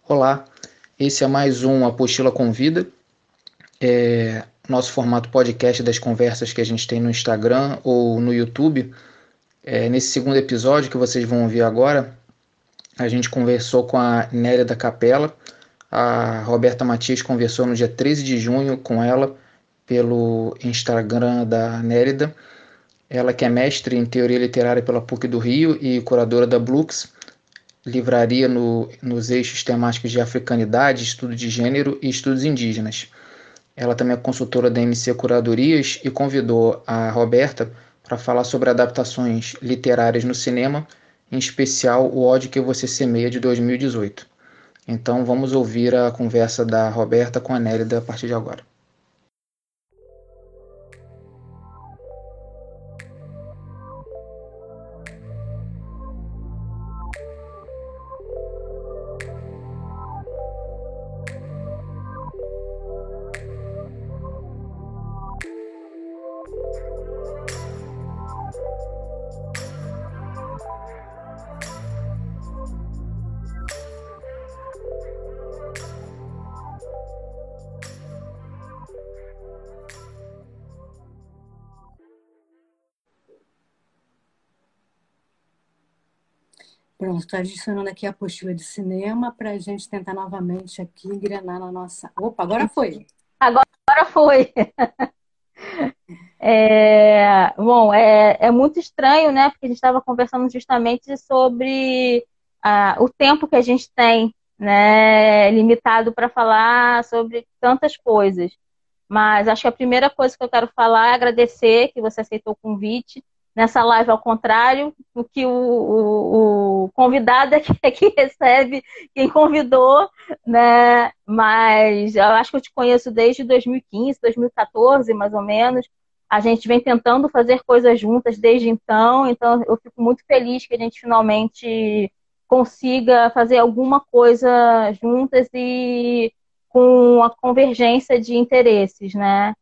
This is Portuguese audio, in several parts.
Olá, esse é mais um Apostila Convida, nosso formato podcast das conversas que a gente tem no Instagram ou no YouTube. Nesse segundo episódio que vocês vão ouvir agora, a gente conversou com a Nélia da Capela. A Roberta Matias conversou no dia 13 de junho com ela pelo Instagram da Nérida. Ela que é mestre em Teoria Literária pela PUC do Rio e curadora da Blux, livraria nos eixos temáticos de africanidade, estudo de gênero e estudos indígenas. Ela também é consultora da MC Curadorias e convidou a Roberta para falar sobre adaptações literárias no cinema, em especial O Ódio que Você Semeia, de 2018. Então vamos ouvir a conversa da Roberta com a Nélida a partir de agora. Pronto, estou adicionando aqui a apostila de cinema para a gente tentar novamente aqui engrenar na nossa. Opa, agora foi! Agora foi. Bom, é muito estranho, né? Porque a gente estava conversando justamente sobre o tempo que a gente tem, né? Limitado para falar sobre tantas coisas. Mas acho que a primeira coisa que eu quero falar é agradecer que você aceitou o convite. Nessa live, ao contrário, o que o convidado é que recebe quem convidou, né? Mas eu acho que eu te conheço desde 2015, 2014, mais ou menos. A gente vem tentando fazer coisas juntas desde então eu fico muito feliz que a gente finalmente consiga fazer alguma coisa juntas e com a convergência de interesses, né?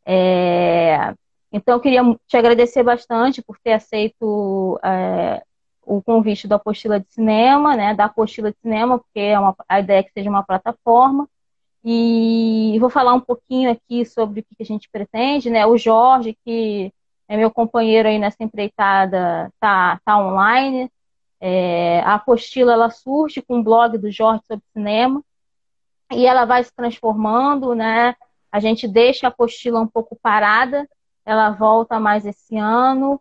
É, Então, eu queria te agradecer bastante por ter aceito o convite da Apostila de Cinema, né? Da Apostila de Cinema, porque a ideia é que seja uma plataforma. E vou falar um pouquinho aqui sobre o que a gente pretende, né? O Jorge, que é meu companheiro aí nessa empreitada, tá online. A apostila, ela surge com um blog do Jorge sobre cinema e ela vai se transformando, né? A gente deixa a apostila um pouco parada, ela volta mais esse ano,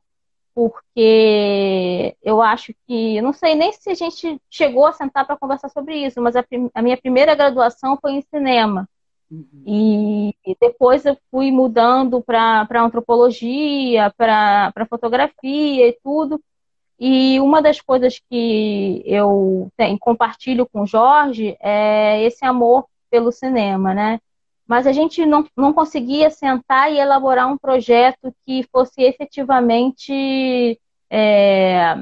porque eu acho que, eu não sei nem se a gente chegou a sentar para conversar sobre isso, mas a minha primeira graduação foi em cinema. Uhum. E depois eu fui mudando para antropologia, para fotografia e tudo. E uma das coisas que eu compartilho com o Jorge é esse amor pelo cinema, né? Mas a gente não conseguia sentar e elaborar um projeto que fosse efetivamente é,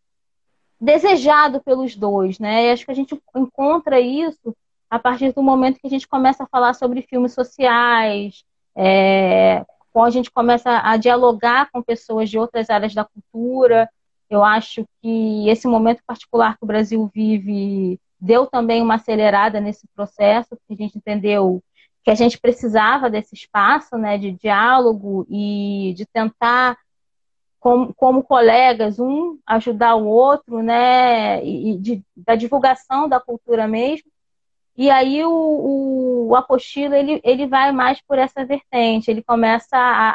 desejado pelos dois, né? E acho que a gente encontra isso a partir do momento que a gente começa a falar sobre filmes sociais, quando a gente começa a dialogar com pessoas de outras áreas da cultura. Eu acho que esse momento particular que o Brasil vive deu também uma acelerada nesse processo, porque a gente entendeu que a gente precisava desse espaço, né, de diálogo e de tentar como colegas, um ajudar o outro, né, da divulgação da cultura mesmo. E aí o Apostila, ele vai mais por essa vertente, ele começa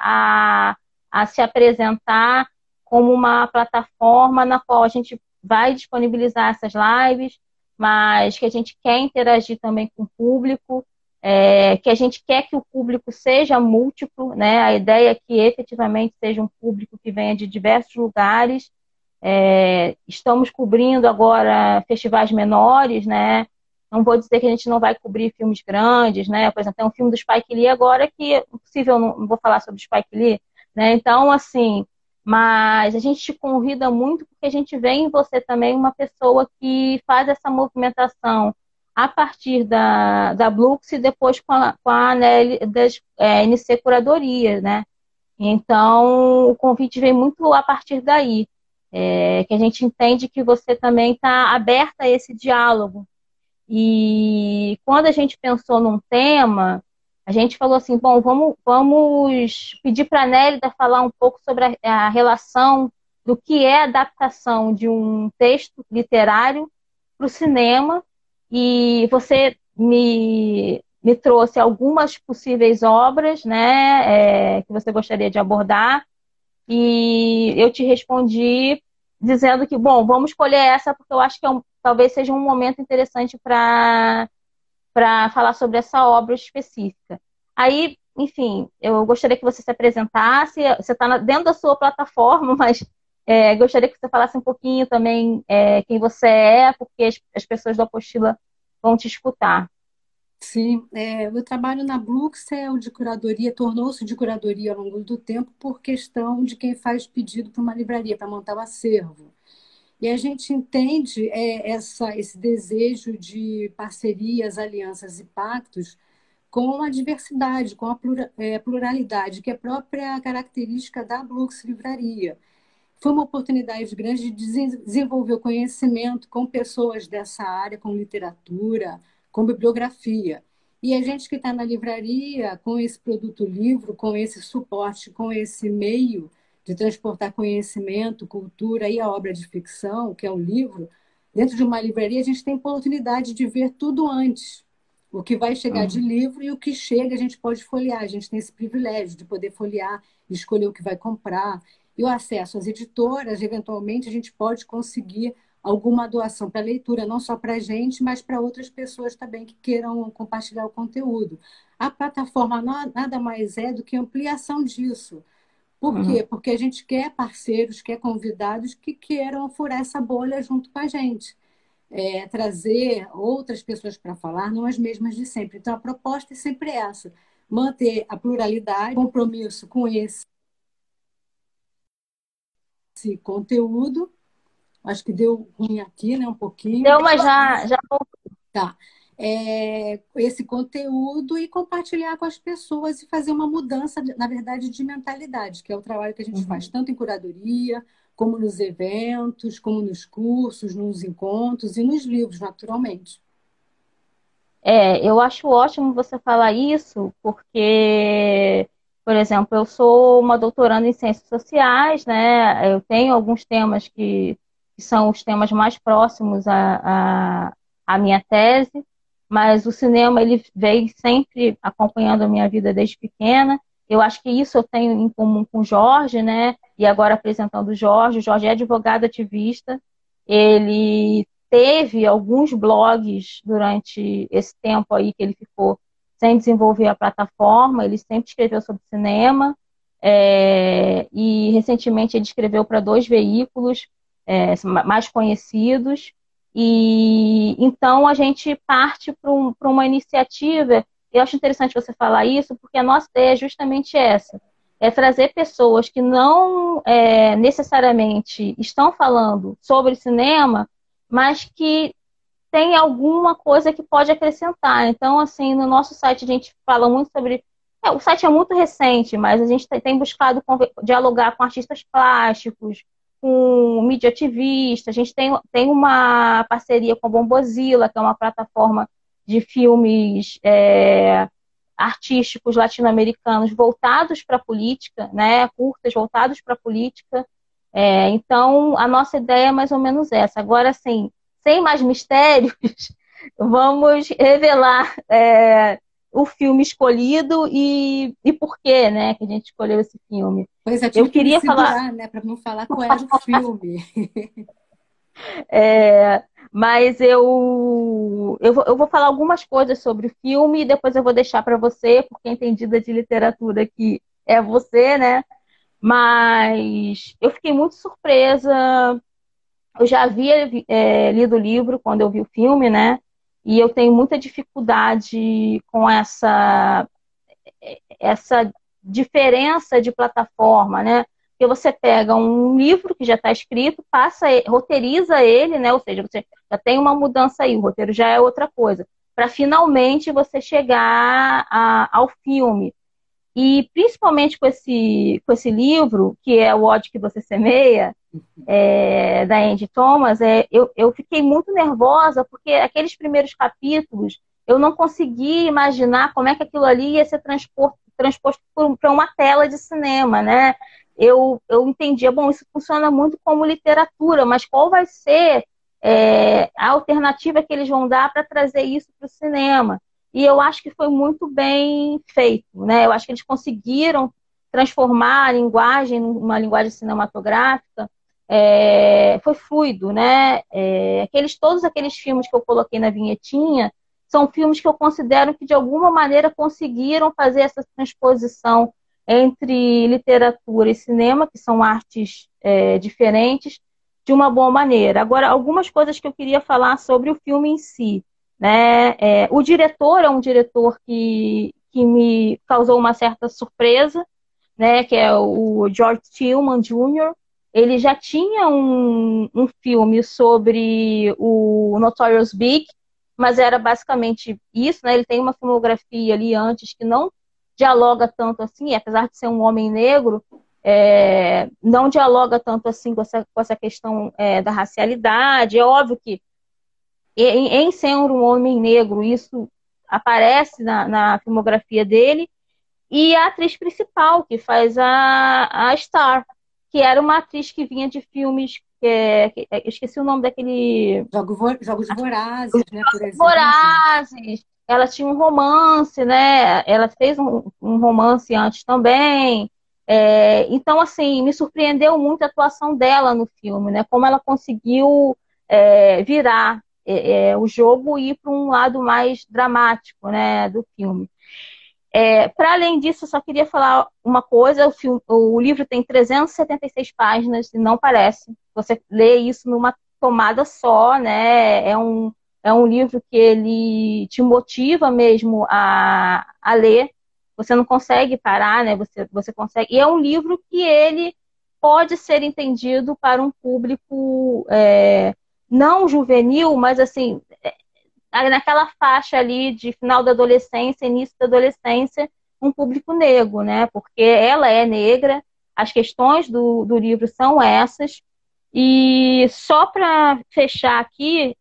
a se apresentar como uma plataforma na qual a gente vai disponibilizar essas lives, mas que a gente quer interagir também com o público, que a gente quer que o público seja múltiplo, né? A ideia é que efetivamente seja um público que venha de diversos lugares. Estamos cobrindo agora festivais menores, né? Não vou dizer que a gente não vai cobrir filmes grandes, né? Por exemplo, tem um filme do Spike Lee agora que é impossível, não vou falar sobre o Spike Lee, né? Então, assim, mas a gente te convida muito porque a gente vê em você também uma pessoa que faz essa movimentação a partir da Blux e depois com a Nelly das NC Curadoria, né? Então, o convite vem muito a partir daí, que a gente entende que você também está aberta a esse diálogo. E quando a gente pensou num tema, a gente falou assim, bom, vamos pedir para a Nélida falar um pouco sobre a relação do que é a adaptação de um texto literário para o cinema. E você me trouxe algumas possíveis obras, né, que você gostaria de abordar. E eu te respondi dizendo que, bom, vamos escolher essa porque eu acho que talvez seja um momento interessante para falar sobre essa obra específica. Aí, enfim, eu gostaria que você se apresentasse. Você está dentro da sua plataforma, mas gostaria que você falasse um pouquinho também quem você é, porque as pessoas da apostila vão te escutar. Sim, o trabalho na Bruxel de curadoria tornou-se de curadoria ao longo do tempo por questão de quem faz pedido para uma livraria, para montar o acervo. E a gente entende esse desejo de parcerias, alianças e pactos com a diversidade, com a pluralidade, que é a própria característica da Blux Livraria. Foi uma oportunidade grande de desenvolver o conhecimento com pessoas dessa área, com literatura, com bibliografia. E a gente que está na livraria, com esse produto livro, com esse suporte, com esse meio de transportar conhecimento, cultura e a obra de ficção, que é o livro, dentro de uma livraria a gente tem oportunidade de ver tudo antes. O que vai chegar de livro e o que chega a gente pode folhear. A gente tem esse privilégio de poder folhear, escolher o que vai comprar. E o acesso às editoras, eventualmente, a gente pode conseguir alguma doação para leitura, não só para a gente, mas para outras pessoas também que queiram compartilhar o conteúdo. A plataforma nada mais é do que ampliação disso. Por quê? Porque a gente quer parceiros, quer convidados que queiram furar essa bolha junto com a gente. Trazer outras pessoas para falar, não as mesmas de sempre. Então, a proposta é sempre essa: manter a pluralidade, compromisso com esse conteúdo. Acho que deu ruim aqui, né? Um pouquinho. Deu, mas já... Tá. Esse conteúdo e compartilhar com as pessoas e fazer uma mudança, na verdade, de mentalidade, que é o trabalho que a gente faz, tanto em curadoria, como nos eventos, como nos cursos, nos encontros e nos livros, naturalmente. Eu acho ótimo você falar isso, porque, por exemplo, eu sou uma doutoranda em ciências sociais, né? Eu tenho alguns temas que são os temas mais próximos à minha tese, mas o cinema ele vem sempre acompanhando a minha vida desde pequena. Eu acho que isso eu tenho em comum com o Jorge, né? E agora apresentando o Jorge. O Jorge é advogado ativista. Ele teve alguns blogs durante esse tempo aí que ele ficou sem desenvolver a plataforma. Ele sempre escreveu sobre cinema. E recentemente ele escreveu para 2 veículos mais conhecidos. E então a gente parte para uma iniciativa. Eu acho interessante você falar isso, porque a nossa ideia é justamente essa: é trazer pessoas que não necessariamente estão falando sobre cinema, mas que tem alguma coisa que pode acrescentar. Então, assim, no nosso site a gente fala muito sobre... o site é muito recente, mas a gente tem buscado dialogar com artistas plásticos, com mídia ativista. A gente tem uma parceria com a Bombozilla, que é uma plataforma de filmes artísticos latino-americanos voltados para a política, né? Curtas voltados para a política. Então, a nossa ideia é mais ou menos essa. Agora, assim, sem mais mistérios, vamos revelar o filme escolhido e por quê, né, que a gente escolheu esse filme. Pois é, eu queria falar, né, para não falar qual era o filme. Mas eu vou falar algumas coisas sobre o filme e depois eu vou deixar para você, porque a entendida de literatura aqui é você, né? Mas eu fiquei muito surpresa. Eu já havia lido o livro quando eu vi o filme, né? E eu tenho muita dificuldade com essa diferença de plataforma, né? Porque você pega um livro que já está escrito, roteiriza ele, né? Ou seja, você já tem uma mudança aí, o roteiro já é outra coisa, para finalmente você chegar ao filme. E principalmente com esse livro, que é O Ódio que Você Semeia, da Angie Thomas, eu fiquei muito nervosa, porque aqueles primeiros capítulos eu não conseguia imaginar como é que aquilo ali ia ser transposto para uma tela de cinema, né? Eu entendia, bom, isso funciona muito como literatura, mas qual vai ser a alternativa que eles vão dar para trazer isso para o cinema? E eu acho que foi muito bem feito, né? Eu acho que eles conseguiram transformar a linguagem numa linguagem cinematográfica. Foi fluido, né? Todos aqueles filmes que eu coloquei na vinhetinha são filmes que eu considero que de alguma maneira conseguiram fazer essa transposição entre literatura e cinema, que são artes diferentes, de uma boa maneira. Agora, algumas coisas que eu queria falar sobre o filme em si, né? O diretor é um diretor que me causou uma certa surpresa, né? Que é o George Tillman Jr. Ele já tinha um filme sobre o Notorious Big, mas era basicamente isso, né? Ele tem uma filmografia ali antes que não dialoga tanto assim, apesar de ser um homem negro, não dialoga tanto assim com essa questão da racialidade. É óbvio que em sendo um homem negro, isso aparece na filmografia dele, e a atriz principal, que faz a Star, que era uma atriz que vinha de filmes, eu esqueci o nome daquele... Jogos Vorazes, né, por exemplo. Vorazes. Ela tinha um romance, né? Ela fez um romance antes também. Então, assim, me surpreendeu muito a atuação dela no filme, né? Como ela conseguiu virar o jogo e ir para um lado mais dramático, né, do filme. Para além disso, eu só queria falar uma coisa: o livro tem 376 páginas e não parece. Você lê isso numa tomada só, né? É um livro que ele te motiva mesmo a ler. Você não consegue parar, né? Você consegue. E é um livro que ele pode ser entendido para um público não juvenil, mas assim, naquela faixa ali de final da adolescência, início da adolescência, um público negro, né? Porque ela é negra, as questões do livro são essas. E só para fechar aqui,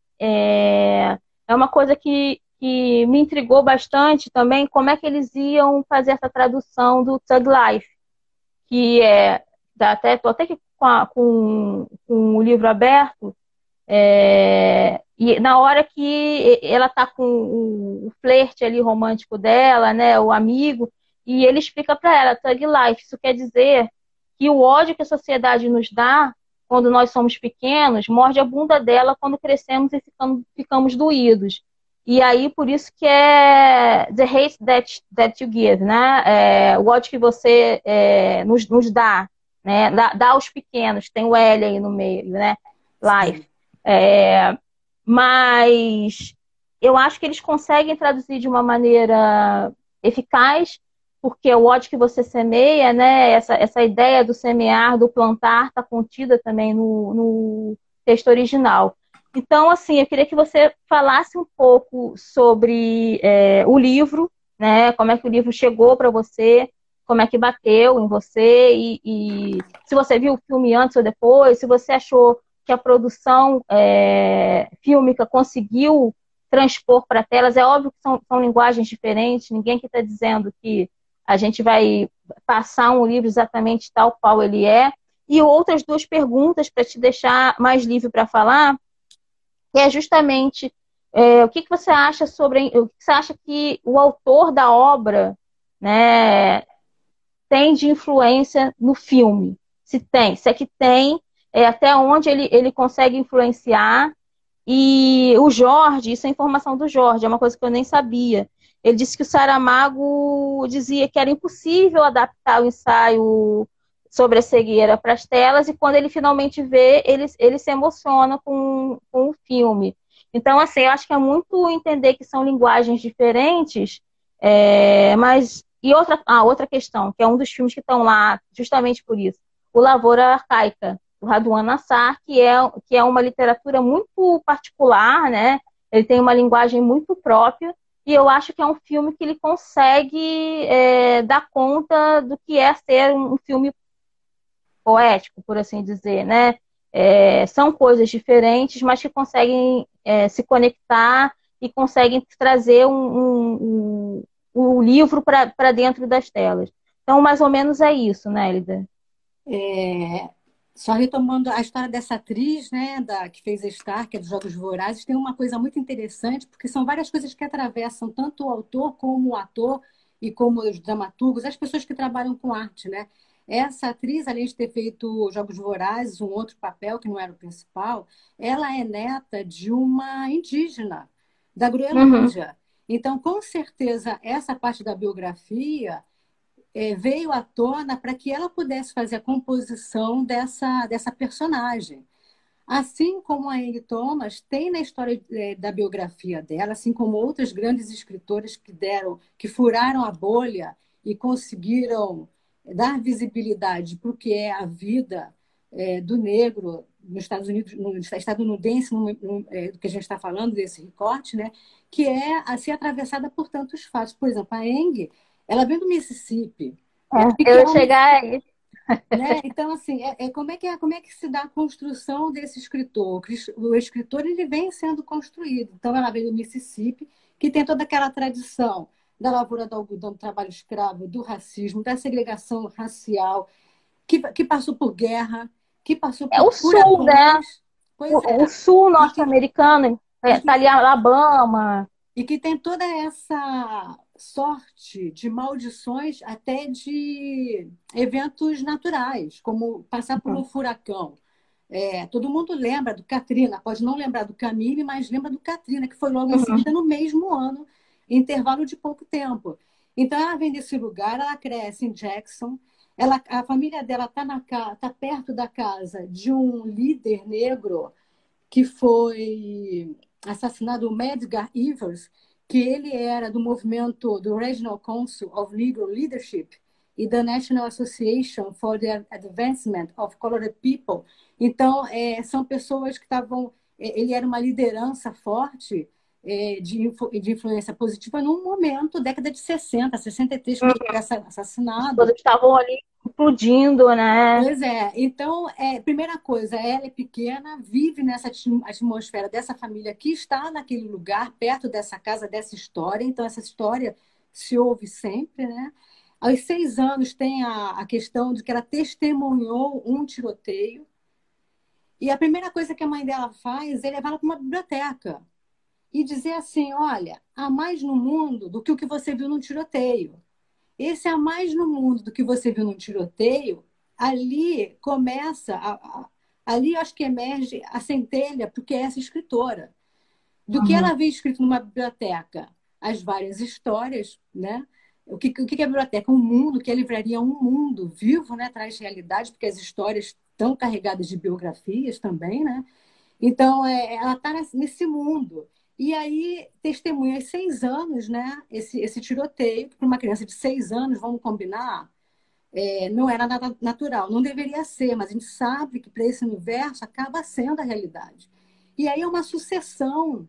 uma coisa que me intrigou bastante também, como é que eles iam fazer essa tradução do Thug Life, que estou até aqui com o livro aberto, e na hora que ela tá com o flerte ali romântico dela, né, o amigo, e ele explica para ela, Thug Life, isso quer dizer que o ódio que a sociedade nos dá quando nós somos pequenos morde a bunda dela quando crescemos e ficamos doídos. E aí, por isso que é the hate that you give, né? O ódio que você nos dá, né? Dá aos pequenos, tem o L aí no meio, né? Life. Mas eu acho que eles conseguem traduzir de uma maneira eficaz, porque o ódio que você semeia, né, essa ideia do semear, do plantar, está contida também no texto original. Então, assim, eu queria que você falasse um pouco sobre o livro, né, como é que o livro chegou para você, como é que bateu em você, e se você viu o filme antes ou depois, se você achou que a produção fílmica conseguiu transpor para telas. É óbvio que são linguagens diferentes, ninguém aqui está dizendo que a gente vai passar um livro exatamente tal qual ele é. E outras duas perguntas para te deixar mais livre para falar, que é justamente o que você acha o que você acha que o autor da obra, né, tem de influência no filme? Se é que tem, até onde ele consegue influenciar. E o Jorge, isso é informação do Jorge, é uma coisa que eu nem sabia. Ele disse que o Saramago dizia que era impossível adaptar o ensaio sobre a cegueira para as telas, e quando ele finalmente vê, ele se emociona com o filme. Então, assim, eu acho que é muito entender que são linguagens diferentes, mas... E outra questão, que é um dos filmes que estão lá justamente por isso, o Lavoura Arcaica, do Raduan Nassar, que é uma literatura muito particular, né? Ele tem uma linguagem muito própria, e eu acho que é um filme que ele consegue dar conta do que é ser um filme poético, por assim dizer, né? são coisas diferentes, mas que conseguem se conectar e conseguem trazer o livro para dentro das telas. Então, mais ou menos é isso, né, Elida? É, só retomando a história dessa atriz, né, que fez a Star, que é dos Jogos Vorazes, tem uma coisa muito interessante, porque são várias coisas que atravessam tanto o autor como o ator e como os dramaturgos, as pessoas que trabalham com arte, né? Essa atriz, além de ter feito Jogos Vorazes, um outro papel que não era o principal, ela é neta de uma indígena da Uhum. Groenlândia. Então, com certeza, essa parte da biografia veio à tona para que ela pudesse fazer a composição dessa personagem. Assim como a Anne Thomas tem na história da biografia dela, assim como outras grandes escritoras que furaram a bolha e conseguiram dar visibilidade para o que é a vida do negro nos Estados Unidos, no estadunidense, do que a gente está falando desse recorte, né, que é a ser atravessada por tantos fatos. Por exemplo, a Eng, ela vem do Mississippi. Eu ia chegar aí. Né? Então, assim, como é que se dá a construção desse escritor? O escritor ele vem sendo construído. Então, ela vem do Mississippi, que tem toda aquela tradição da lavoura do algodão, do trabalho escravo, do racismo, da segregação racial, que passou por guerra, que passou É por o sul, né? furacões. Pois O é. sul E que, norte-americano, e tá ali que Alabama. E que tem toda essa sorte de maldições, até de eventos naturais, como passar por um furacão. Todo mundo lembra do Katrina, pode não lembrar do Camille, mas lembra do Katrina, que foi logo em Uhum. seguida no mesmo ano, em intervalo de pouco tempo. Então, ela vem desse lugar, ela cresce em Jackson, a família dela está perto da casa de um líder negro que foi assassinado, o Medgar Evers, que ele era do movimento do Regional Council of Negro Leadership e da National Association for the Advancement of Colored People. Então, são pessoas que estavam... Ele era uma liderança forte de influência positiva num momento, década de 60, 63, quando ele foi As assassinado. coisas estavam ali explodindo, né? Pois é. Então, primeira coisa, ela é pequena, vive nessa atmosfera dessa família que está naquele lugar, perto dessa casa, dessa história. Então, essa história se ouve sempre, né? Aos 6 anos tem a questão de que ela testemunhou um tiroteio. E a primeira coisa que a mãe dela faz é levá-la para uma biblioteca e dizer assim: olha, há mais no mundo do que o que você viu num tiroteio. Esse há mais no mundo do que você viu num tiroteio, ali começa, ali eu acho que emerge a centelha porque é essa escritora. Do que ela Uhum. havia escrito numa biblioteca, as várias histórias, né? O que é a biblioteca? Um mundo, que a livraria é um mundo vivo, né? Traz realidade, porque as histórias estão carregadas de biografias também, né? Então, ela está nesse mundo. E aí, testemunha aos 6 anos, né? Esse tiroteio, para uma criança de 6 anos, vamos combinar, não era nada natural. Não deveria ser, mas a gente sabe que para esse universo acaba sendo a realidade. E aí é uma sucessão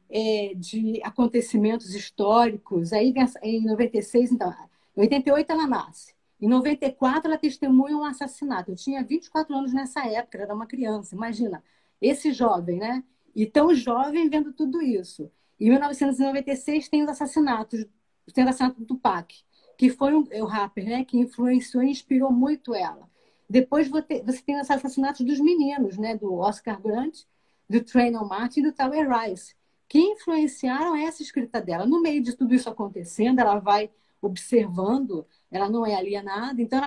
de acontecimentos históricos. Aí, em 96, então, em 88 ela nasce. Em 94, ela testemunha um assassinato. Eu tinha 24 anos nessa época, era uma criança. Imagina, esse jovem, né? E tão jovem vendo tudo isso. Em 1996, tem o assassinato do Tupac, que foi o rapper, né? Que influenciou e inspirou muito ela. Depois você tem os assassinatos dos meninos, né? Do Oscar Grant, do Trayvon Martin e do Tamir Rice, que influenciaram essa escrita dela. No meio de tudo isso acontecendo, ela vai observando, ela não é alienada, então ela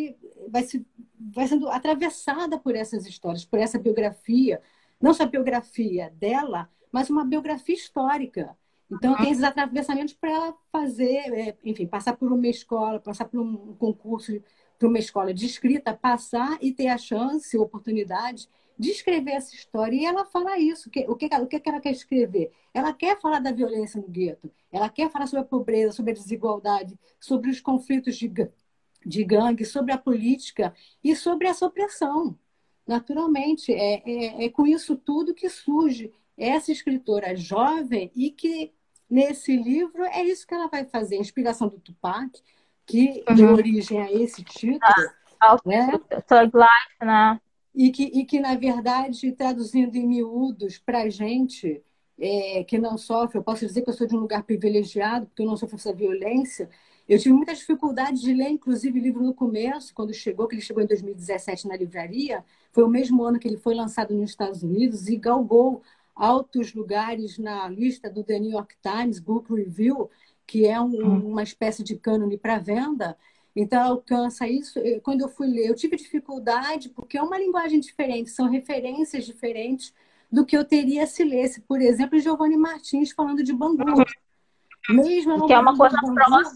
vai sendo atravessada por essas histórias, por essa biografia, não só a biografia dela, mas uma biografia histórica. Então tem esses atravessamentos para ela fazer, enfim, passar por uma escola, passar por um concurso, por uma escola de escrita, passar e ter a chance, a oportunidade de escrever essa história. E ela fala isso. O que ela quer escrever? Ela quer falar da violência no gueto. Ela quer falar sobre a pobreza, sobre a desigualdade, sobre os conflitos de gangue, sobre a política e sobre essa opressão. Naturalmente, é com isso tudo que surge essa escritora jovem e que, nesse livro, é isso que ela vai fazer. A inspiração do Tupac, que deu Uhum. origem a esse título, Ah, né? Thug Life, né? e que, na verdade, traduzindo em miúdos para a gente, que não sofre, eu posso dizer que eu sou de um lugar privilegiado, porque eu não sofro essa violência. Eu tive muita dificuldade de ler, inclusive, o livro no começo, quando chegou, que ele chegou em 2017 na livraria. Foi o mesmo ano que ele foi lançado nos Estados Unidos e galgou altos lugares na lista do The New York Times Book Review, que é uma espécie de cânone para venda. Então, alcança isso. Quando eu fui ler, eu tive dificuldade, porque é uma linguagem diferente, são referências diferentes do que eu teria se lesse, por exemplo, Giovanni Martins falando de Bangu. Mesmo eu não Que é uma falando coisa de Bangu, próxima.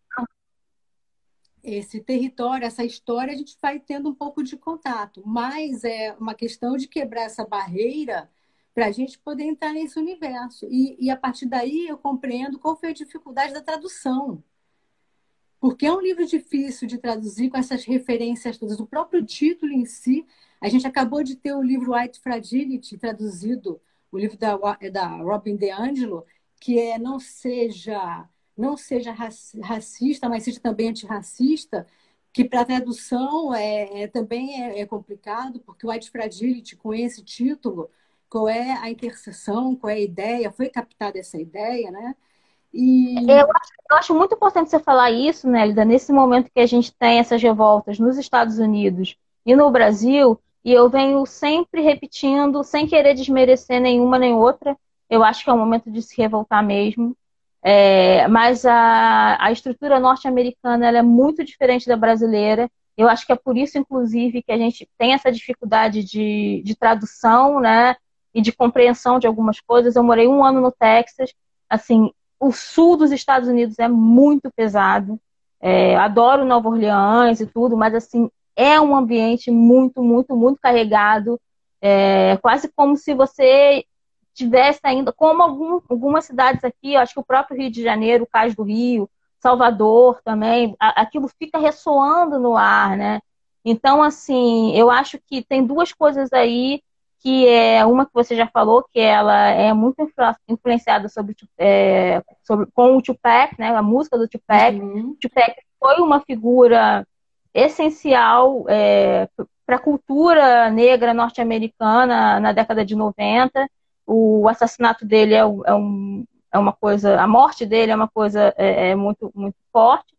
esse território, essa história, a gente vai tendo um pouco de contato. Mas é uma questão de quebrar essa barreira para a gente poder entrar nesse universo. E a partir daí eu compreendo qual foi a dificuldade da tradução. Porque é um livro difícil de traduzir com essas referências todas. O próprio título em si, a gente acabou de ter o livro White Fragility traduzido, o livro da Robin DeAngelo, que é não seja racista, mas seja também antirracista, que para tradução também é complicado, porque o White Fragility, com esse título, qual é a interseção, qual é a ideia, foi captada essa ideia, né? Eu E acho, eu acho muito importante você falar isso, Nélida, nesse momento que a gente tem essas revoltas nos Estados Unidos e no Brasil, e eu venho sempre repetindo, sem querer desmerecer nenhuma nem outra, eu acho que é o momento de se revoltar mesmo. Mas a estrutura norte-americana ela é muito diferente da brasileira. Eu acho que é por isso, inclusive, que a gente tem essa dificuldade de tradução, né, e de compreensão de algumas coisas. Eu morei 1 ano no Texas, assim, o sul dos Estados Unidos é muito pesado. Adoro Nova Orleans e tudo, mas assim é um ambiente muito, muito, muito carregado. Quase como se você tivesse ainda, como algumas cidades aqui, eu acho que o próprio Rio de Janeiro, o Cais do Rio, Salvador também, aquilo fica ressoando no ar, né? Então, assim, eu acho que tem duas coisas aí, que é uma que você já falou, que ela é muito influenciada com o Tupac, né? A música do Tupac. uhum. Tupac foi uma figura essencial para a cultura negra norte-americana na década de 90. O assassinato dele é uma coisa, a morte dele é uma coisa muito, muito forte.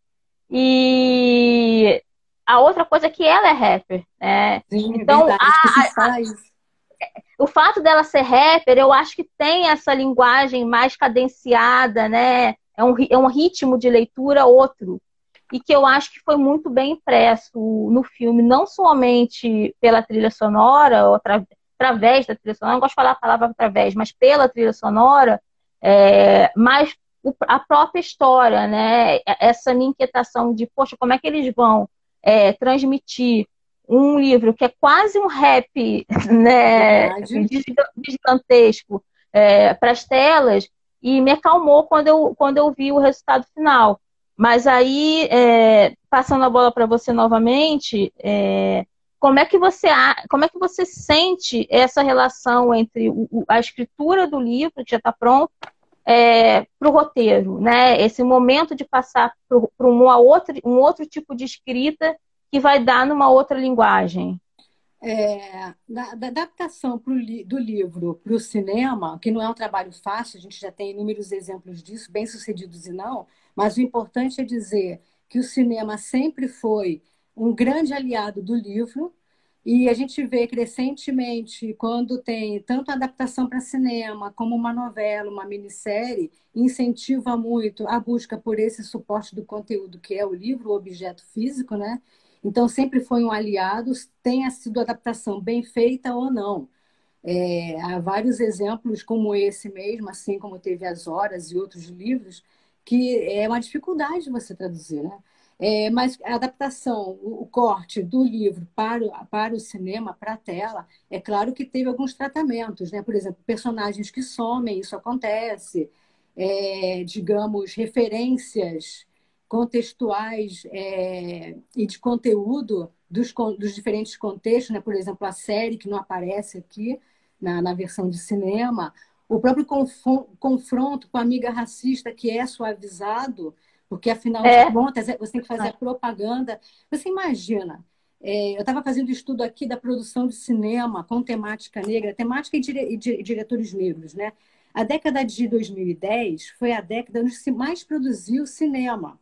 E a outra coisa é que ela é rapper, né? Sim, é Então, verdade. Esqueci de falar isso. o fato dela ser rapper, eu acho que tem essa linguagem mais cadenciada, né? É um ritmo de leitura outro. E que eu acho que foi muito bem impresso no filme, não somente pela trilha sonora, ou através da trilha sonora, não gosto de falar a palavra através, mas pela trilha sonora, mas a própria história, né? Essa minha inquietação de, poxa, como é que eles vão transmitir um livro que é quase um rap, né, Verdade. gigantesco, para as telas, e me acalmou quando eu vi o resultado final. Mas aí, passando a bola para você novamente, como é que você sente essa relação entre a escritura do livro, que já está pronto, para o roteiro, né? Esse momento de passar para um outro tipo de escrita que vai dar numa outra linguagem. Da adaptação do livro para o cinema, que não é um trabalho fácil, a gente já tem inúmeros exemplos disso, bem-sucedidos e não, mas o importante é dizer que o cinema sempre foi um grande aliado do livro, e a gente vê crescentemente, quando tem tanto a adaptação para cinema, como uma novela, uma minissérie, incentiva muito a busca por esse suporte do conteúdo, que é o livro, o objeto físico, né? Então, sempre foi um aliado, tenha sido adaptação bem feita ou não. Há vários exemplos como esse mesmo, assim como teve As Horas e outros livros, que é uma dificuldade você traduzir, né? Mas a adaptação, o corte do livro para o cinema, para a tela, é claro que teve alguns tratamentos, né? Por exemplo, personagens que somem, isso acontece, digamos, referências contextuais e de conteúdo dos diferentes contextos, né? Por exemplo, a série que não aparece aqui na versão de cinema, o próprio confronto com a amiga racista que é suavizado, porque afinal de É, contas você tem que fazer a propaganda. Você imagina, Eu estava fazendo estudo aqui da produção de cinema com temática negra, temática e diretores negros, né? A década de 2010 foi a década onde se mais produziu cinema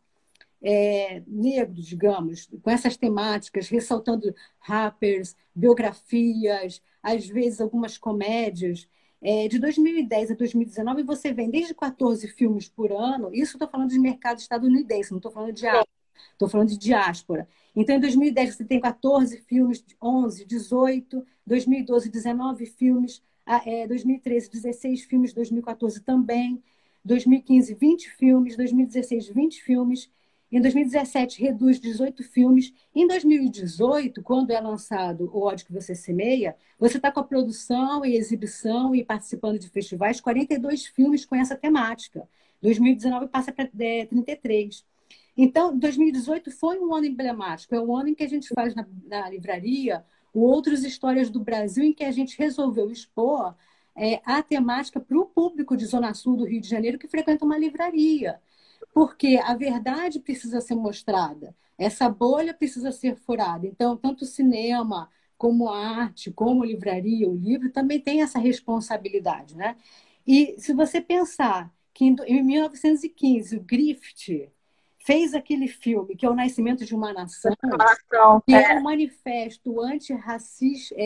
negro, digamos, com essas temáticas, ressaltando rappers, biografias, às vezes algumas comédias. De 2010 a 2019, você vem desde 14 filmes por ano, isso estou falando de mercado estadunidense, não estou falando de África, estou falando de diáspora. Então, em 2010, você tem 14 filmes, 11, 18, 2012, 19 filmes, 2013, 16 filmes, 2014 também, 2015, 20 filmes, 2016, 20 filmes, em 2017 reduz 18 filmes. Em 2018, quando é lançado O Ódio que Você Semeia, você está com a produção e exibição e participando de festivais, 42 filmes com essa temática. 2019 passa para 33. Então, 2018 foi um ano emblemático. É o ano em que a gente faz na livraria Outras Histórias do Brasil, em que a gente resolveu expor a temática para o público de Zona Sul do Rio de Janeiro que frequenta uma livraria. Porque a verdade precisa ser mostrada, essa bolha precisa ser furada. Então, tanto o cinema, como a arte, como a livraria, o livro, também tem essa responsabilidade, né? E se você pensar que em 1915 o Griffith fez aquele filme que é O Nascimento de uma Nação, que é um manifesto antirracista,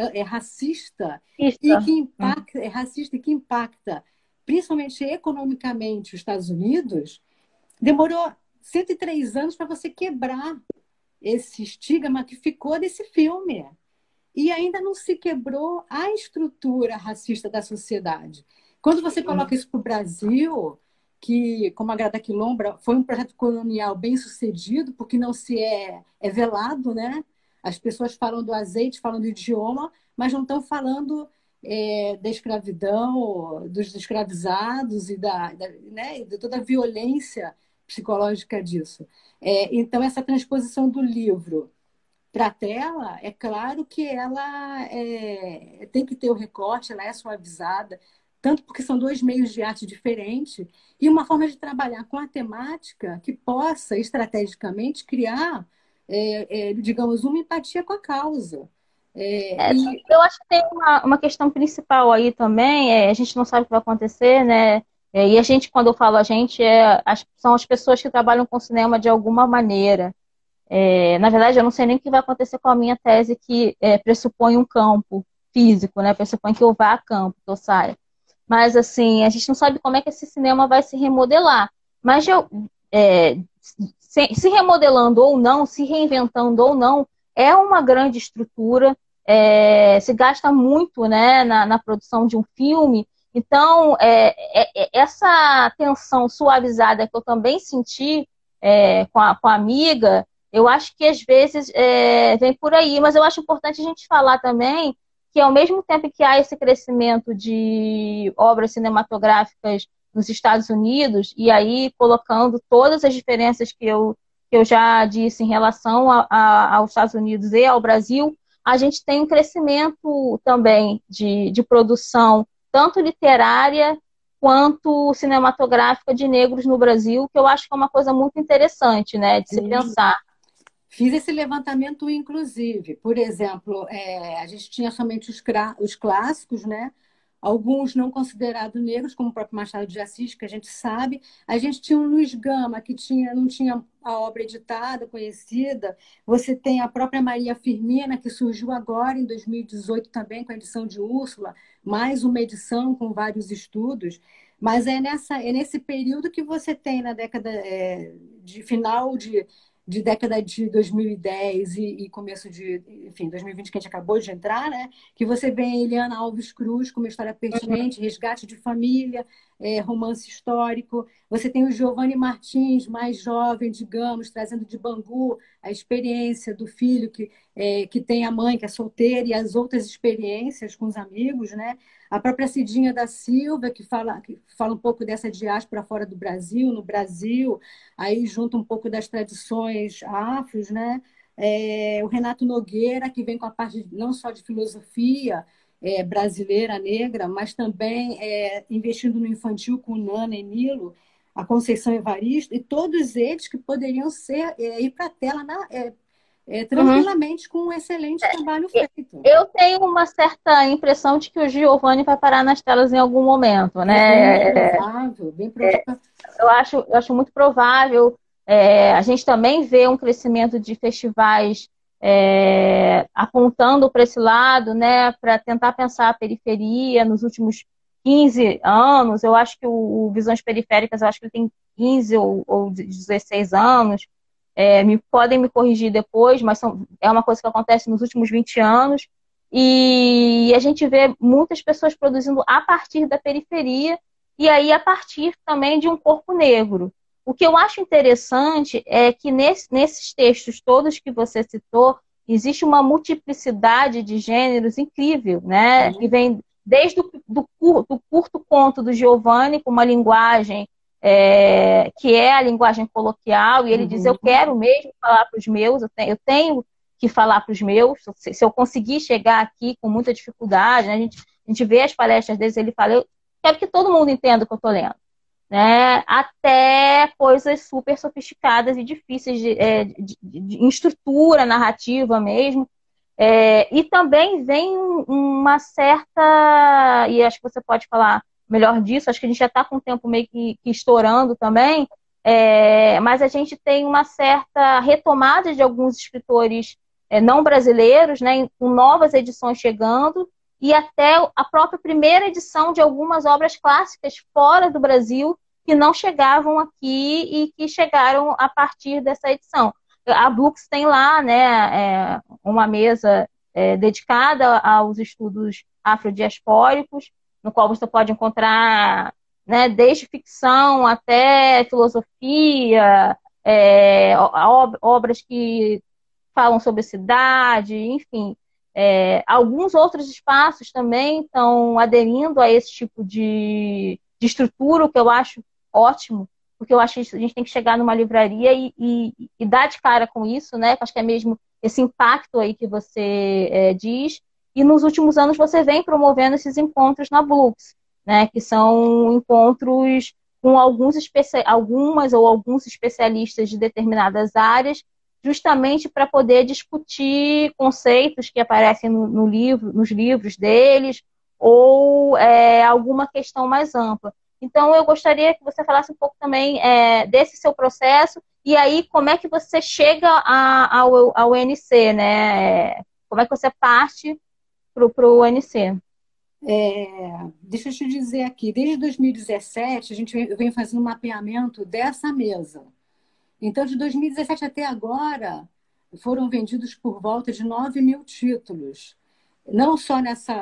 racista e que impacta, racista e que impacta principalmente economicamente os Estados Unidos, demorou 103 anos para você quebrar esse estigma que ficou desse filme. E ainda não se quebrou a estrutura racista da sociedade. Quando você coloca isso para o Brasil, que, como a Grada Quilombo, foi um projeto colonial bem sucedido, porque não se é velado, né? As pessoas falam do azeite, falam do idioma, mas não estão falando da escravidão, dos escravizados e né, de toda a violência psicológica disso. Então, essa transposição do livro para a tela, é claro que ela tem que ter o recorte, ela é suavizada, tanto porque são dois meios de arte diferentes, e uma forma de trabalhar com a temática que possa, estrategicamente, criar, digamos, uma empatia com a causa. Eu acho que tem uma questão principal aí também, a gente não sabe o que vai acontecer, né? E a gente, quando eu falo a gente, são as pessoas que trabalham com cinema de alguma maneira. Na verdade, eu não sei nem o que vai acontecer com a minha tese, que pressupõe um campo físico, né? Pressupõe que eu vá a campo, que eu saia. Mas, assim, a gente não sabe como é que esse cinema vai se remodelar. Mas, se remodelando ou não, se reinventando ou não, é uma grande estrutura, se gasta muito, né, na produção de um filme. Então, essa tensão suavizada que eu também senti com a amiga, eu acho que às vezes vem por aí, mas eu acho importante a gente falar também que ao mesmo tempo que há esse crescimento de obras cinematográficas nos Estados Unidos, e aí colocando todas as diferenças que eu já disse em relação aos Estados Unidos e ao Brasil, a gente tem um crescimento também de produção, tanto literária quanto cinematográfica de negros no Brasil, que eu acho que é uma coisa muito interessante, né, de se pensar. Fiz esse levantamento, inclusive. Por exemplo, a gente tinha somente os clássicos, né? Alguns não considerados negros, como o próprio Machado de Assis, que a gente sabe. A gente tinha o Luiz Gama, que não tinha a obra editada, conhecida. Você tem a própria Maria Firmina, que surgiu agora, em 2018, também, com a edição de Úrsula, mais uma edição com vários estudos. Mas é nesse período que você tem, na década de final de década de 2010 e começo de, enfim, 2020, que a gente acabou de entrar, né? Que você vê a Eliana Alves Cruz com uma história pertinente, resgate de família, romance histórico. Você tem o Giovanni Martins, mais jovem, digamos, trazendo de Bangu a experiência do filho que tem a mãe, que é solteira, e as outras experiências com os amigos, né? A própria Cidinha da Silva, que fala um pouco dessa diáspora fora do Brasil, no Brasil, aí junta um pouco das tradições afros, né? O Renato Nogueira, que vem com a parte não só de filosofia brasileira, negra, mas também investindo no infantil com Nana e Nilo, a Conceição Evaristo, e todos eles que poderiam ir para a tela Uhum. tranquilamente com um excelente trabalho feito. Eu tenho uma certa impressão de que o Giovanni vai parar nas telas em algum momento, É bem né? provável, bem provável. Eu acho muito provável. A gente também vê um crescimento de festivais apontando para esse lado, né, para tentar pensar a periferia nos últimos 15 anos. Eu acho que o Visões Periféricas, eu acho que ele tem 15 ou 16 anos. Podem me corrigir depois, mas é uma coisa que acontece nos últimos 20 anos. E a gente vê muitas pessoas produzindo a partir da periferia e aí a partir também de um corpo negro. O que eu acho interessante é que nesses textos todos que você citou, existe uma multiplicidade de gêneros incrível, né? Que vem desde do curto conto do Giovanni, com uma linguagem que é a linguagem coloquial, e ele diz, eu quero mesmo falar para os meus, eu tenho que falar para os meus, se eu conseguir chegar aqui com muita dificuldade, né? A gente vê as palestras deles, ele fala, eu quero que todo mundo entenda o que eu estou lendo. Né? Até coisas super sofisticadas e difíceis em estrutura narrativa mesmo. E também vem uma certa, e acho que você pode falar melhor disso, acho que a gente já está com o tempo meio que estourando também, mas a gente tem uma certa retomada de alguns escritores não brasileiros, né, com novas edições chegando, e até a própria primeira edição de algumas obras clássicas fora do Brasil que não chegavam aqui e que chegaram a partir dessa edição. A Blux tem lá, né, uma mesa dedicada aos estudos afrodiaspóricos, no qual você pode encontrar, né, desde ficção até filosofia, obras que falam sobre cidade, enfim. Alguns outros espaços também estão aderindo a esse tipo de estrutura, o que eu acho ótimo, porque eu acho que a gente tem que chegar numa livraria e dar de cara com isso, né? Acho que é mesmo esse impacto aí que você diz. E nos últimos anos você vem promovendo esses encontros na Blux, né? Que são encontros com algumas ou alguns especialistas de determinadas áreas, justamente para poder discutir conceitos que aparecem no livro, nos livros deles, ou alguma questão mais ampla. Então, eu gostaria que você falasse um pouco também desse seu processo, e aí como é que você chega ao NC, né? Como é que você parte para o NC? Deixa eu te dizer aqui, desde 2017, a gente vem fazendo um mapeamento dessa mesa. Então, de 2017 até agora, foram vendidos por volta de 9 mil títulos. Não só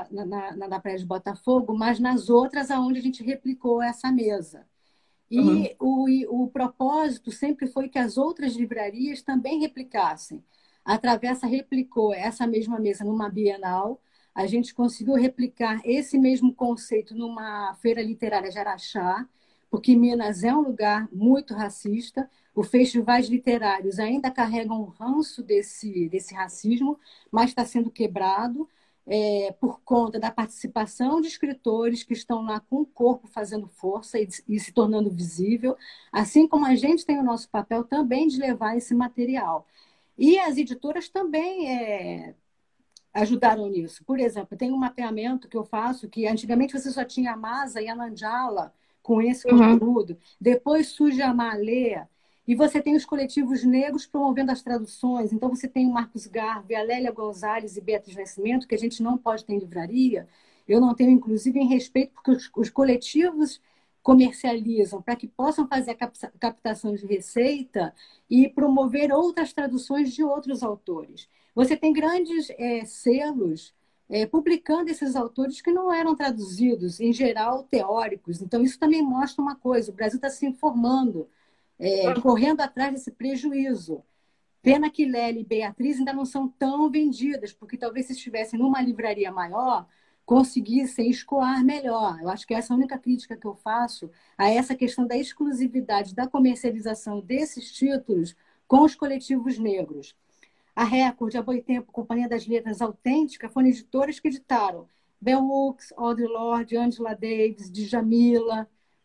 na Praia de Botafogo, mas nas outras aonde a gente replicou essa mesa. Uhum. E o propósito sempre foi que as outras livrarias também replicassem. A Travessa replicou essa mesma mesa numa Bienal. A gente conseguiu replicar esse mesmo conceito numa feira literária de Araxá, porque Minas é um lugar muito racista. Os festivais literários ainda carregam um ranço desse racismo, mas está sendo quebrado por conta da participação de escritores que estão lá com o corpo fazendo força e se tornando visível, assim como a gente tem o nosso papel também de levar esse material. E as editoras também ajudaram nisso. Por exemplo, tem um mapeamento que eu faço que antigamente você só tinha a Masa e a Nandiala com esse conteúdo. Depois surge a Malê, e você tem os coletivos negros promovendo as traduções. Então, você tem o Marcos Garvey, a Lélia Gonzalez e Beatriz Nascimento, que a gente não pode ter em livraria. Eu não tenho, inclusive, em respeito, porque os coletivos comercializam para que possam fazer a captação de receita e promover outras traduções de outros autores. Você tem grandes selos publicando esses autores que não eram traduzidos, em geral teóricos. Então, isso também mostra uma coisa: o Brasil está se informando, correndo atrás desse prejuízo. Pena que Lélia e Beatriz ainda não são tão vendidas, porque talvez se estivessem numa livraria maior, conseguissem escoar melhor. Eu acho que essa é a única crítica que eu faço a essa questão da exclusividade da comercialização desses títulos com os coletivos negros. A Record, a Boitempo, Companhia das Letras Autêntica, foram editoras que editaram Bell Hooks, Audre Lorde, Angela Davis, Djamila,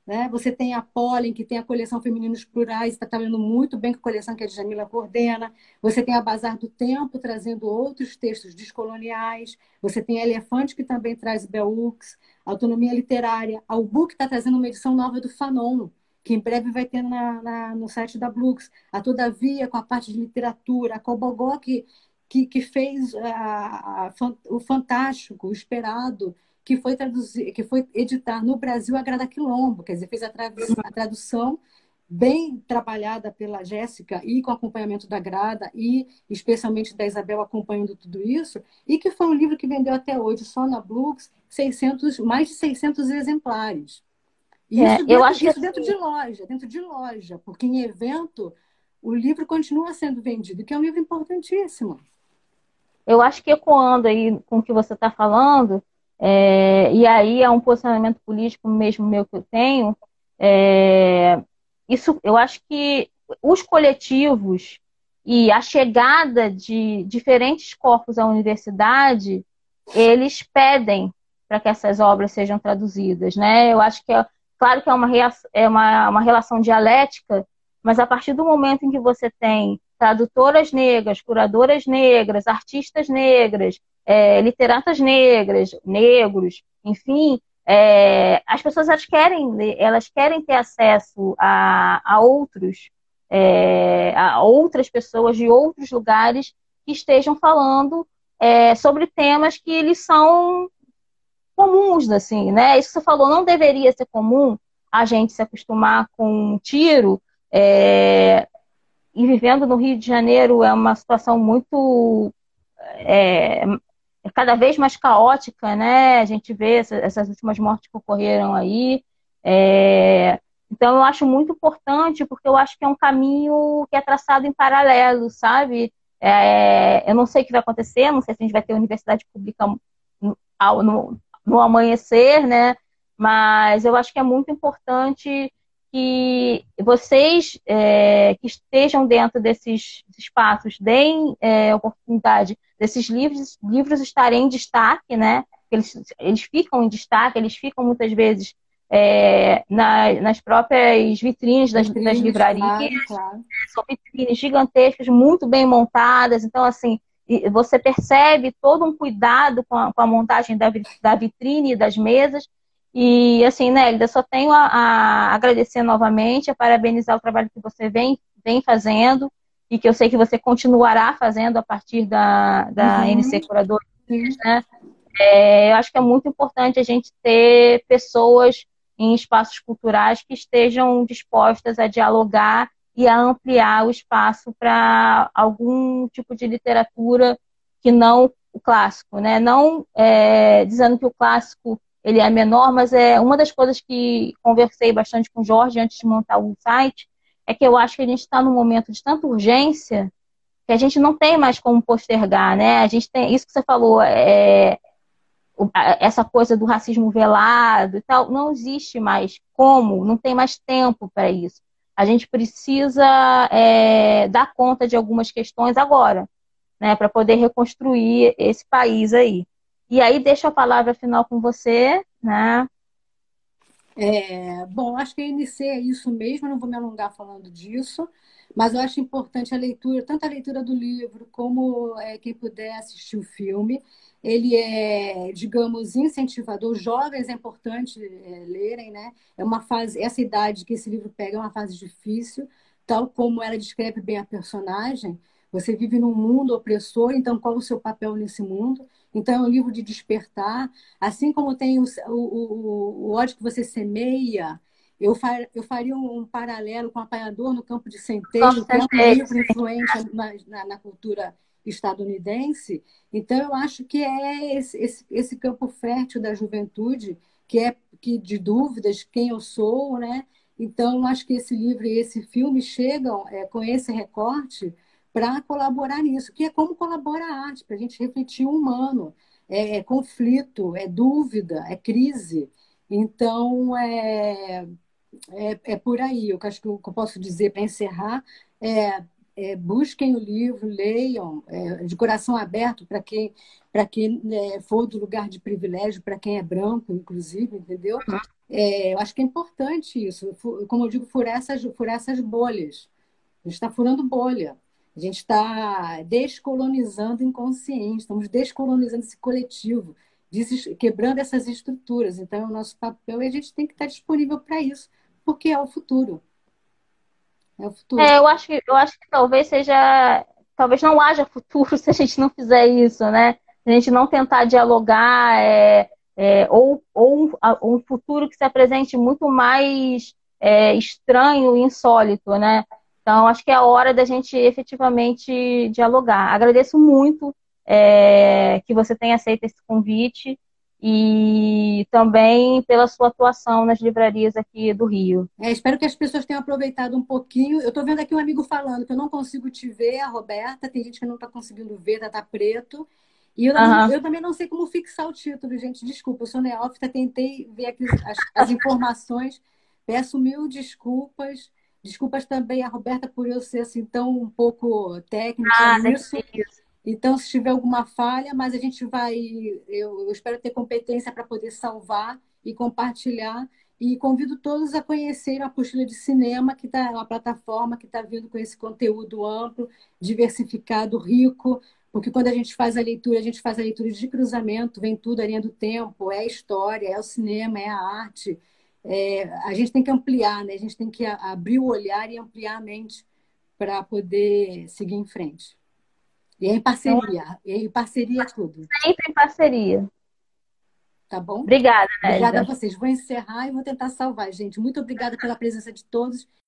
né? Você tem a Pollen, que tem a coleção Femininos Plurais, está trabalhando muito bem com a coleção que a Djamila coordena. Você tem a Bazar do Tempo, trazendo outros textos descoloniais. Você tem a Elefante, que também traz Bell Hooks, Autonomia Literária. A UBUC está trazendo uma edição nova do Fanon, que em breve vai ter no site da Blux. A Todavia, com a parte de literatura. A Cobogó, que fez o fantástico, o esperado, que foi traduzir, que foi editar no Brasil a Grada Quilombo, quer dizer, fez a tradução bem trabalhada pela Jéssica e com acompanhamento da Grada e especialmente da Isabel acompanhando tudo isso, e que foi um livro que vendeu até hoje só na Blux mais de 600 exemplares. E eu acho que isso dentro de loja, porque em evento o livro continua sendo vendido, que é um livro importantíssimo. Eu acho que ecoando aí com o que você está falando, e aí é um posicionamento político mesmo meu que eu tenho, isso, eu acho que os coletivos e a chegada de diferentes corpos à universidade, eles pedem para que essas obras sejam traduzidas, né? Eu acho que claro que é uma relação dialética, mas a partir do momento em que você tem tradutoras negras, curadoras negras, artistas negras, literatas negras, negros, enfim, as pessoas elas querem ter acesso a outras pessoas de outros lugares que estejam falando sobre temas que eles são comuns, assim, né? Isso que você falou, não deveria ser comum a gente se acostumar com um tiro, e vivendo no Rio de Janeiro é uma situação muito cada vez mais caótica, né? A gente vê essas últimas mortes que ocorreram aí. Então eu acho muito importante, porque eu acho que é um caminho que é traçado em paralelo, sabe? Eu não sei o que vai acontecer, não sei se a gente vai ter universidade pública no amanhecer, né? Mas eu acho que é muito importante que vocês que estejam dentro desses espaços deem oportunidade desses livros estarem em destaque, né? Eles ficam em destaque, eles ficam muitas vezes nas próprias vitrines das livrarias. Claro. São vitrines gigantescas, muito bem montadas. Então, assim, você percebe todo um cuidado com a montagem da vitrine e das mesas. E, assim, Nélida, só tenho a agradecer novamente, a parabenizar o trabalho que você vem fazendo e que eu sei que você continuará fazendo a partir da NC Curadoria, né? Eu acho que é muito importante a gente ter pessoas em espaços culturais que estejam dispostas a dialogar e a ampliar o espaço para algum tipo de literatura que não o clássico, né? Não dizendo que o clássico ele é menor, mas uma das coisas que conversei bastante com o Jorge antes de montar o site é que eu acho que a gente está num momento de tanta urgência que a gente não tem mais como postergar, né? A gente tem isso que você falou, essa coisa do racismo velado e tal, não existe mais como, não tem mais tempo para isso. A gente precisa dar conta de algumas questões agora, né, para poder reconstruir esse país aí. E aí deixo a palavra final com você, né? Bom, acho que a NC é isso mesmo, não vou me alongar falando disso, mas eu acho importante a leitura, tanto a leitura do livro como quem puder assistir o filme. Ele é, digamos, incentivador. Os jovens é importante lerem, né? É uma fase, essa idade que esse livro pega é uma fase difícil, tal como ela descreve bem a personagem. Você vive num mundo opressor, então qual o seu papel nesse mundo? Então é um livro de despertar, assim como tem o ódio que você semeia. Eu faria um paralelo com o Apanhador no Campo de Centeio, que é um livro influente na cultura estadunidense. Então, eu acho que é esse campo fértil da juventude, que de dúvidas, quem eu sou, né? Então, eu acho que esse livro e esse filme chegam com esse recorte para colaborar nisso, que é como colabora a arte, para a gente refletir o humano. É conflito, é dúvida, é crise. Então, por aí. Eu acho que o que eu posso dizer para encerrar busquem o livro, leiam, de coração aberto para quem for do lugar de privilégio, para quem é branco, inclusive, entendeu? Eu acho que é importante isso, como eu digo, furar essas bolhas. A gente está furando bolha. A gente está descolonizando o inconsciente, estamos descolonizando esse coletivo, quebrando essas estruturas. Então, é o nosso papel e a gente tem que estar disponível para isso, porque é o futuro. É o futuro. Eu acho que talvez seja, talvez não haja futuro se a gente não fizer isso, né? Se a gente não tentar dialogar, ou um futuro que se apresente muito mais estranho e insólito, né? Então, acho que é a hora da gente efetivamente dialogar. Agradeço muito que você tenha aceito esse convite e também pela sua atuação nas livrarias aqui do Rio. Espero que as pessoas tenham aproveitado um pouquinho. Eu estou vendo aqui um amigo falando que eu não consigo te ver, a Roberta. Tem gente que não está conseguindo ver, tá preto. E Aham. eu também não sei como fixar o título, gente. Desculpa, eu sou neófita, tentei ver aqui as informações. Peço mil desculpas. Desculpas também a Roberta por eu ser assim tão um pouco técnica Nada, nisso. que isso. Então, se tiver alguma falha, mas a gente vai. Eu espero ter competência para poder salvar e compartilhar. E convido todos a conhecerem a Apostila de Cinema, que está uma plataforma que está vindo com esse conteúdo amplo, diversificado, rico, porque quando a gente faz a leitura de cruzamento, vem tudo, a linha do tempo, é a história, é o cinema, é a arte. A gente tem que ampliar, né? A gente tem que abrir o olhar e ampliar a mente para poder seguir em frente. Então, E em parceria é tudo, sempre em parceria. tá bom? Obrigada, Obrigada a Nélida. vocês. Vou encerrar e vou tentar salvar, gente. Muito obrigada pela presença de todos